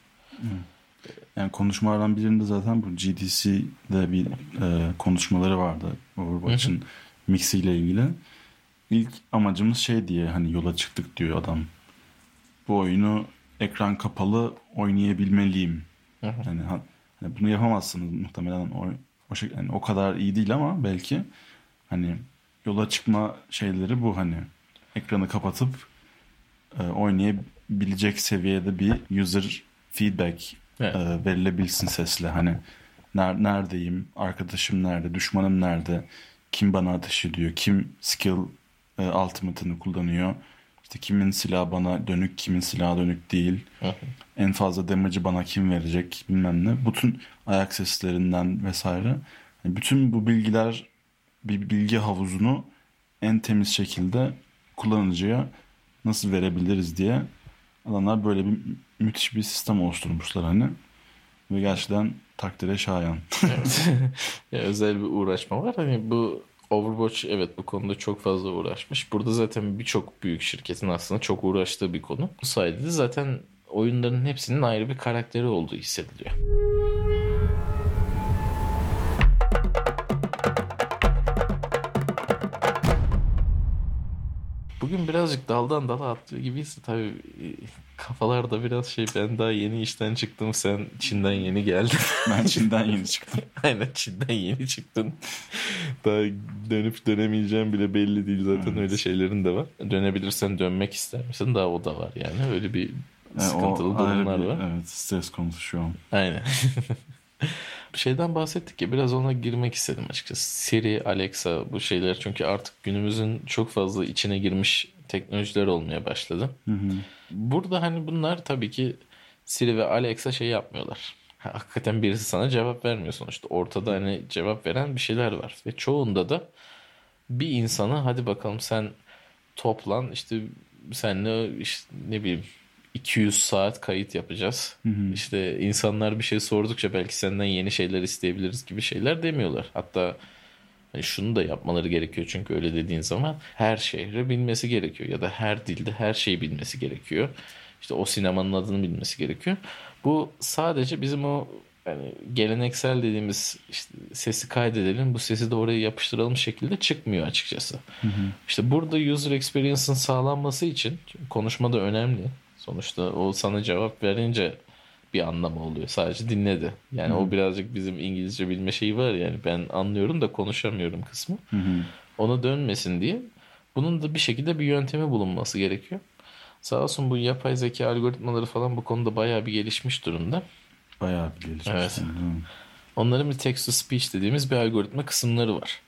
Yani konuşmalardan birinde zaten bu GDC'de bir konuşmaları vardı. Overwatch'ın mixiyle ilgili. İlk amacımız şey diye hani yola çıktık diyor adam. Bu oyunu ekran kapalı oynayabilmeliyim. Yani bunu yapamazsınız muhtemelen o şekilde, yani o kadar iyi değil ama belki hani yola çıkma şeyleri bu, hani ekranı kapatıp oynayabilecek seviyede bir user feedback verilebilsin sesle. Hani neredeyim, arkadaşım nerede, düşmanım nerede, kim bana ateş ediyor, kim skill ultimate'ını kullanıyor, işte kimin silahı bana dönük, kimin silahı dönük değil, en fazla damage'ı bana kim verecek bilmem ne. Bütün ayak seslerinden vesaire. Yani bütün bu bilgiler, bir bilgi havuzunu en temiz şekilde kullanıcıya nasıl verebiliriz diye adamlar böyle bir müthiş bir sistem oluşturmuşlar hani. Ve gerçekten takdire şayan. Evet. Ya özel bir uğraşma var. Hani bu Overwatch evet bu konuda çok fazla uğraşmış. Burada zaten birçok büyük şirketin aslında çok uğraştığı bir konu. Bu sayede de zaten oyunların hepsinin ayrı bir karakteri olduğu hissediliyor. bugün birazcık daldan dala atlıyor gibiyse tabii kafalar da biraz şey, ben daha yeni işten çıktım, sen Çin'den yeni geldin. Ben Çin'den yeni çıktım. Aynen, Çin'den yeni çıktın. Daha dönüp dönemeyeceğim bile belli değil zaten, öyle şeylerin de var. Dönebilirsen dönmek ister misin? Daha o da var yani, öyle bir sıkıntılı durumlar var. Evet, stres konusu şu an. Aynen. Bir şeyden bahsettik ya, biraz ona girmek istedim açıkçası. Siri, Alexa, bu şeyler çünkü artık günümüzün çok fazla içine girmiş teknolojiler olmaya başladı. Hı hı. Burada hani bunlar tabii ki Siri ve Alexa şey yapmıyorlar. Hakikaten birisi sana cevap vermiyor sonuçta. Ortada hani cevap veren bir şeyler var. Ve çoğunda da bir insana hadi bakalım sen toplan, işte senle işte ne bileyim 200 saat kayıt yapacağız. Hı hı. İşte insanlar bir şey sordukça belki senden yeni şeyler isteyebiliriz gibi şeyler demiyorlar. Hatta hani şunu da yapmaları gerekiyor, çünkü öyle dediğin zaman her şehri bilmesi gerekiyor ya da her dilde her şeyi bilmesi gerekiyor. İşte o sinemanın adını bilmesi gerekiyor. Bu sadece bizim o yani geleneksel dediğimiz işte sesi kaydedelim, bu sesi de oraya yapıştıralım şekilde çıkmıyor açıkçası. Hı hı. İşte burada user experience'ın sağlanması için konuşma da önemli. Sonuçta o sana cevap verince bir anlamı oluyor. Sadece dinledi. Yani o birazcık bizim İngilizce bilme şeyi var, yani ben anlıyorum da konuşamıyorum kısmı. Hı hı. Ona dönmesin diye bunun da bir şekilde bir yöntemi bulunması gerekiyor. Sağ olsun bu yapay zeka algoritmaları falan bu konuda bayağı bir gelişmiş durumda. Bayağı bir gelişmiş. Evet. Değil mi? Onların bir text to speech dediğimiz bir algoritma kısımları var.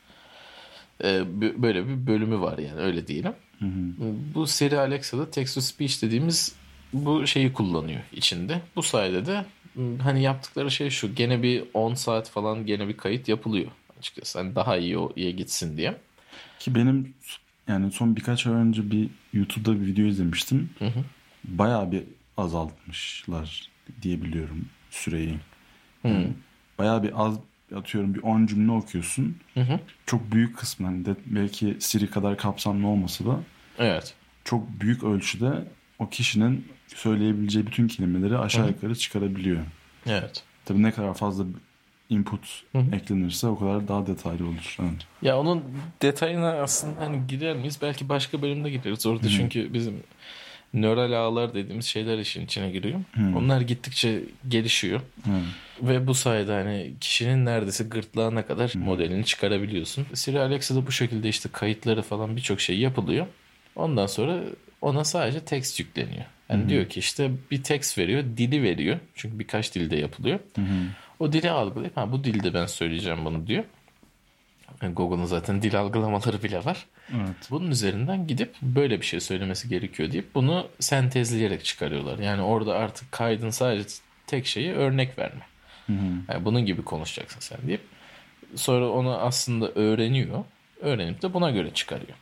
Böyle bir bölümü var yani, öyle diyelim. Hı hı. Bu seri Alexa'da text to speech dediğimiz bu şeyi kullanıyor içinde. Bu sayede de hani yaptıkları şey şu, gene bir 10 saat falan gene bir kayıt yapılıyor açıkçası. Hani daha iyiye gitsin diye. Ki benim yani son birkaç ay önce bir YouTube'da bir video izlemiştim. Hı hı. Bayağı bir azaltmışlar diyebiliyorum süreyi. Hı. Bayağı bir az, atıyorum bir 10 cümle okuyorsun. Hı hı. Çok büyük kısmı hani de belki Siri kadar kapsamlı olmasa da Evet. çok büyük ölçüde o kişinin söyleyebileceği bütün kelimeleri aşağı yukarı çıkarabiliyor. Evet. Tabii ne kadar fazla input Hı hı. eklenirse o kadar daha detaylı olur. Evet. Ya onun detayına aslında hani girer miyiz? Belki başka bölümde gireriz orada, çünkü bizim nöral ağlar dediğimiz şeyler işin içine giriyor. Onlar gittikçe gelişiyor. Evet. Ve bu sayede hani kişinin neredeyse gırtlağına kadar modelini çıkarabiliyorsun. Siri Alexa'da bu şekilde işte kayıtları falan birçok şey yapılıyor. Ondan sonra ona sadece text yükleniyor. Yani diyor ki işte bir text veriyor, dili veriyor. Çünkü birkaç dilde yapılıyor. O dili algılayıp bu dilde ben söyleyeceğim bunu diyor. Yani Google'ın zaten dil algılamaları bile var. Evet. Bunun üzerinden gidip böyle bir şey söylemesi gerekiyor deyip bunu sentezleyerek çıkarıyorlar. Yani orada artık kaydın sadece tek şeyi örnek verme. Yani bunun gibi konuşacaksın sen deyip sonra onu aslında öğreniyor. Öğrenip de buna göre çıkarıyor.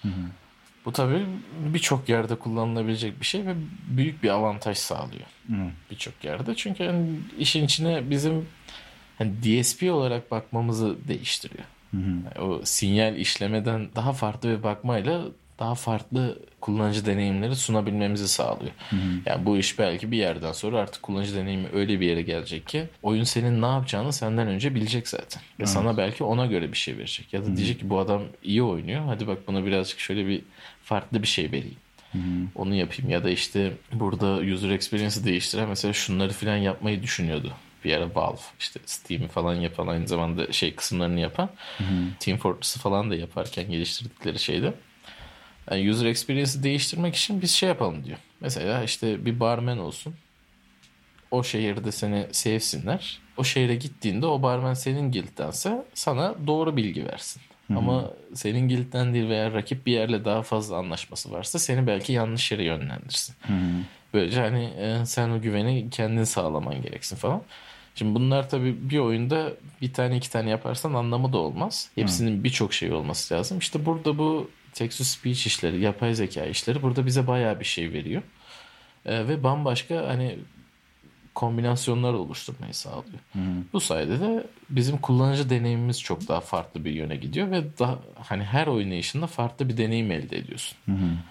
Bu tabii birçok yerde kullanılabilecek bir şey ve büyük bir avantaj sağlıyor. Birçok yerde. Çünkü yani işin içine bizim hani DSP olarak bakmamızı değiştiriyor. Yani o sinyal işlemeden daha farklı bir bakmayla daha farklı kullanıcı deneyimleri sunabilmemizi sağlıyor. Yani bu iş belki bir yerden sonra artık kullanıcı deneyimi öyle bir yere gelecek ki oyun senin ne yapacağını senden önce bilecek zaten. Ve sana belki ona göre bir şey verecek. Ya da diyecek ki bu adam iyi oynuyor. Hadi bak buna birazcık şöyle bir farklı bir şey vereyim. Onu yapayım. Ya da işte burada user experience'ı değiştiren mesela şunları falan yapmayı düşünüyordu. Bir ara Valve işte Steam'i falan yapan, aynı zamanda kısımlarını yapan, Team Fortress'ı falan da yaparken geliştirdikleri şeyde. Yani user experience'ı değiştirmek için biz şey yapalım diyor. Mesela işte bir barmen olsun. O şehirde seni sevsinler. O şehre gittiğinde o barmen senin guild'dense sana doğru bilgi versin. Ama senin guild'den değil veya rakip bir yerle daha fazla anlaşması varsa seni belki yanlış yere yönlendirsin. Böylece hani sen o güveni kendin sağlaman gereksin falan. Şimdi bunlar tabii bir oyunda bir tane iki tane yaparsan anlamı da olmaz. Hepsinin birçok şey olması lazım. İşte burada bu text to speech işleri, yapay zeka işleri burada bize bayağı bir şey veriyor. Ve bambaşka hani kombinasyonlar oluşturmayı sağlıyor. Bu sayede de bizim kullanıcı deneyimimiz çok daha farklı bir yöne gidiyor ve daha hani her oynayışında farklı bir deneyim elde ediyorsun.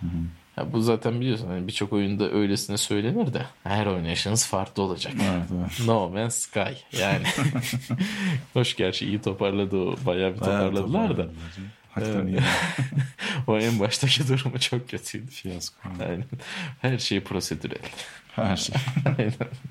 Ya bu zaten biliyorsun hani birçok oyunda öylesine söylenir de her oynayışınız farklı olacak. Evet. No Man's Sky yani. Hoş, gerçi iyi toparladı o. Bayağı bir toparladılar da. Hakikaten iyi. O en baştaki durumu çok kötüydü. Fiyasko. Aynen. Her şey prosedürel. Her şey. Aynen.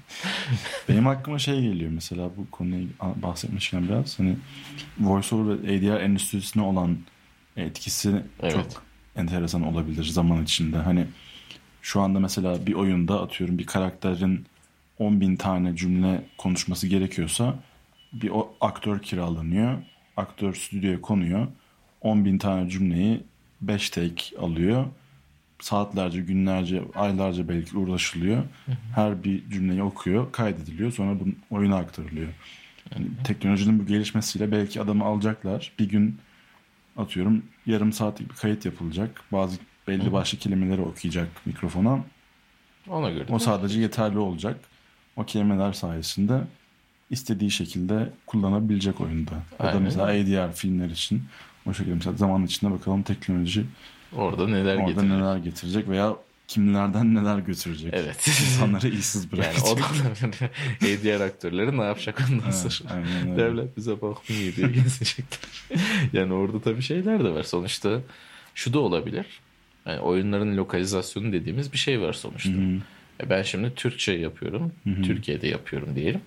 Benim aklıma şey geliyor mesela bu konuyu bahsetmişken biraz. Hani VoiceOver ve ADR endüstrisine olan etkisi Evet. çok enteresan olabilir zaman içinde. Hani şu anda mesela bir oyunda atıyorum bir karakterin 10.000 tane cümle konuşması gerekiyorsa bir o aktör kiralanıyor. Aktör stüdyoya konuyor. 10.000 tane cümleyi 5 take alıyor. Saatlerce, günlerce, aylarca belki uğraşılıyor. Her bir cümleyi okuyor, kaydediliyor. Sonra bu oyuna aktarılıyor. Yani teknolojinin bu gelişmesiyle belki adamı alacaklar. Bir gün atıyorum yarım saatlik bir kayıt yapılacak. Bazı belli başlı kelimeleri okuyacak mikrofona. Ona göre. O sadece yeterli olacak. O kelimeler sayesinde istediği şekilde kullanabilecek oyunda. Ya da Aynen. mesela ADR filmler için o şekilde mesela zaman içinde bakalım teknoloji Orada neler orada getirecek. neler getirecek veya kimlerden neler götürecek. Evet. İnsanları işsiz Yani bırakacak. o da ADR aktörleri ne yapacak ondan sonra? aynen öyle. Devlet bize bakmıyor diye gezecekler. Yani orada tabii şeyler de var. Sonuçta şu da olabilir. Yani oyunların lokalizasyonu dediğimiz bir şey var sonuçta. Ben şimdi Türkçe yapıyorum. Türkiye'de yapıyorum diyelim.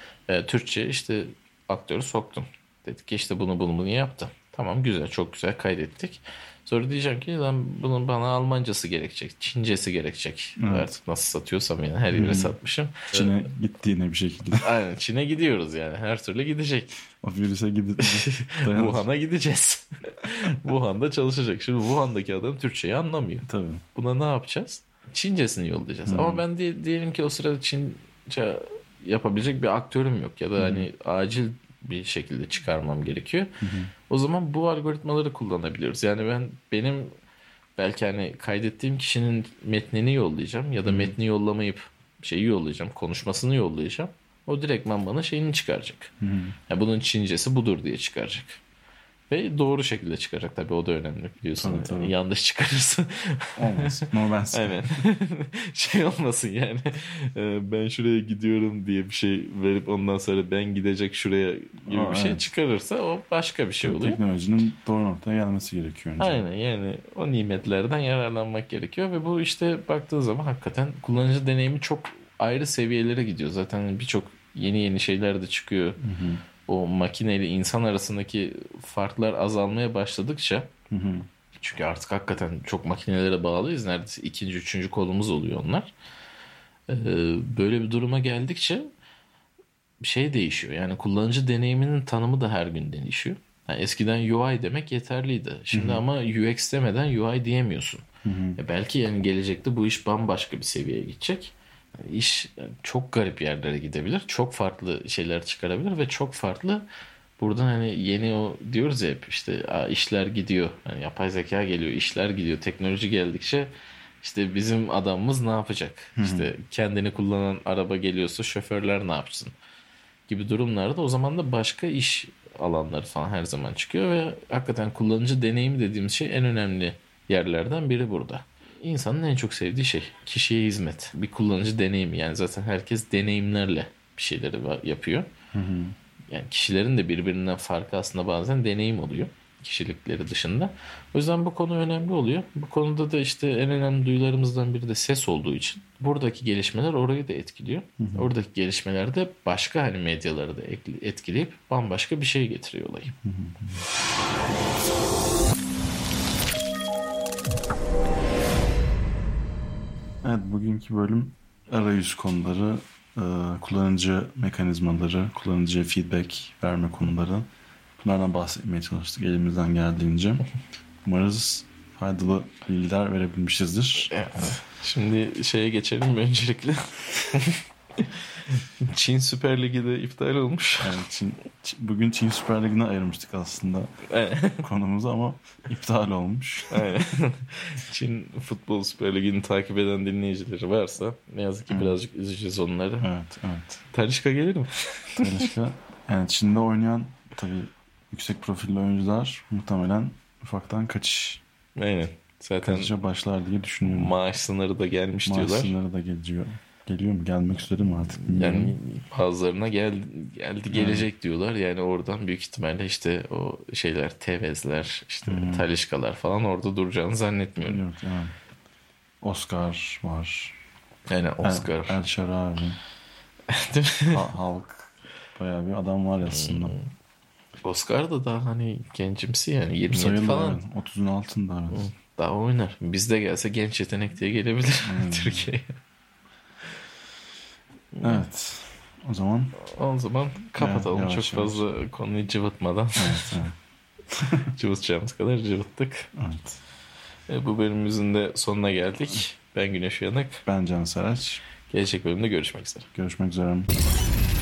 Türkçe işte aktörü soktum. Dedik ki işte bunu yaptı. Tamam güzel, çok güzel kaydettik. Sonra diyeceğim ki lan bunun bana Almancası gerekecek, Çincesi gerekecek. Evet. Artık nasıl satıyorsam yani her yere satmışım. Çin'e gittiğine bir şekilde. Aynen, Çin'e gidiyoruz yani, her türlü gidecek. O virüse gidip Wuhan'a gideceğiz. Wuhan'da çalışacak. Şimdi Wuhan'daki adam Türkçeyi anlamıyor. Tabii. Buna ne yapacağız? Çincesini yollayacağız. Ama ben diyelim ki o sırada Çince yapabilecek bir aktörüm yok. Ya da hani acil bir şekilde çıkarmam gerekiyor. O zaman bu algoritmaları kullanabiliyoruz. Yani benim belki hani kaydettiğim kişinin metnini yollayacağım. Ya da metni yollamayıp şeyi yollayacağım. Konuşmasını yollayacağım. O direktman bana şeyini çıkaracak. Yani bunun Çincesi budur diye çıkaracak. Ve doğru şekilde çıkacak tabii, o da önemli biliyorsun. Tabii. Yanlış çıkarırsa Olmaz. No bensin. aynen. Şey olmasın yani, ben şuraya gidiyorum diye bir şey verip ondan sonra ben gidecek şuraya gibi bir şey Evet. çıkarırsa o başka bir şey oluyor. Teknolojinin doğru noktaya gelmesi gerekiyor önce. Aynen, yani o nimetlerden yararlanmak gerekiyor ve bu işte baktığın zaman hakikaten kullanıcı deneyimi çok ayrı seviyelere gidiyor. Zaten birçok yeni şeyler de çıkıyor. O makine ile insan arasındaki farklar azalmaya başladıkça, çünkü artık hakikaten çok makinelere bağlıyız. Neredeyse ikinci, üçüncü kolumuz oluyor onlar. Böyle bir duruma geldikçe şey değişiyor. Yani kullanıcı deneyiminin tanımı da her gün değişiyor. Yani eskiden UI demek yeterliydi. Şimdi ama UX demeden UI diyemiyorsun. Belki yani gelecekte bu iş bambaşka bir seviyeye gidecek. Yani iş çok garip yerlere gidebilir. Çok farklı şeyler çıkarabilir ve çok farklı, buradan hani yeni o diyoruz ya hep işte işler gidiyor. Yani yapay zeka geliyor, işler gidiyor. Teknoloji geldikçe işte bizim adamımız ne yapacak? İşte kendini kullanan araba geliyorsa şoförler ne yapsın? Gibi durumlarda o zaman da başka iş alanları falan her zaman çıkıyor ve hakikaten kullanıcı deneyimi dediğimiz şey en önemli yerlerden biri burada. İnsanın en çok sevdiği şey kişiye hizmet. Bir kullanıcı deneyimi, yani zaten herkes deneyimlerle bir şeyleri yapıyor. Yani kişilerin de birbirinden farkı aslında bazen deneyim oluyor, kişilikleri dışında. O yüzden bu konu önemli oluyor. Bu konuda da işte en önemli duyularımızdan biri de ses olduğu için buradaki gelişmeler orayı da etkiliyor. Oradaki gelişmeler de başka hani medyaları da etkileyip bambaşka bir şey getiriyor olayı. Evet, bugünkü bölüm arayüz konuları, kullanıcı mekanizmaları, kullanıcıya feedback verme konuları. Bunlardan bahsetmeye çalıştık elimizden geldiğince. Umarız faydalı bilgiler verebilmişizdir. Evet. Şimdi şeye geçelim mi öncelikle? Çin Süper Ligi de iptal olmuş. Yani bugün Çin Süper Ligi'ne ayırmıştık aslında konumuzu ama iptal olmuş. Aynen. Çin Futbol Süper Ligi'ni takip eden dinleyicileri varsa ne yazık ki birazcık üzeceğiz onları. Evet. Talisca gelir mi? Talisca, yani Çin'de oynayan tabii yüksek profilli oyuncular muhtemelen ufaktan Aynen. Zaten kaçışa başlar diye düşünüyorum. maaş sınırı da gelmiş diyorlar. Maaş sınırı da geliyor. Geliyor mu? Gelmek üzere mi artık? Bilmiyorum. Yani bazılarına geldi gelecek diyorlar. Yani oradan büyük ihtimalle işte o şeyler, Tevezler, işte Taliscalar falan orada duracağını zannetmiyorum. Yok yani. Oscar var. Yani Oscar. El Shaarawy. Değil mi? Halk. Bayağı bir adam var aslında. Oscar da daha hani gencimsi yani 27 Sayılır falan. yani. 30'un altında evet. Daha oynar. Bizde gelse genç yetenek diye gelebilir Türkiye'ye. Evet. O zaman O zaman kapatalım. Yavaş Çok yavaş. fazla konuyu cıvıtmadan. evet. Cıvıtacağımız kadar cıvıttık. Evet. Bu bölümümüzün de sonuna geldik. Ben Güneş Uyanık. Ben Can Saraç. Gelecek bölümde görüşmek üzere. Görüşmek üzere.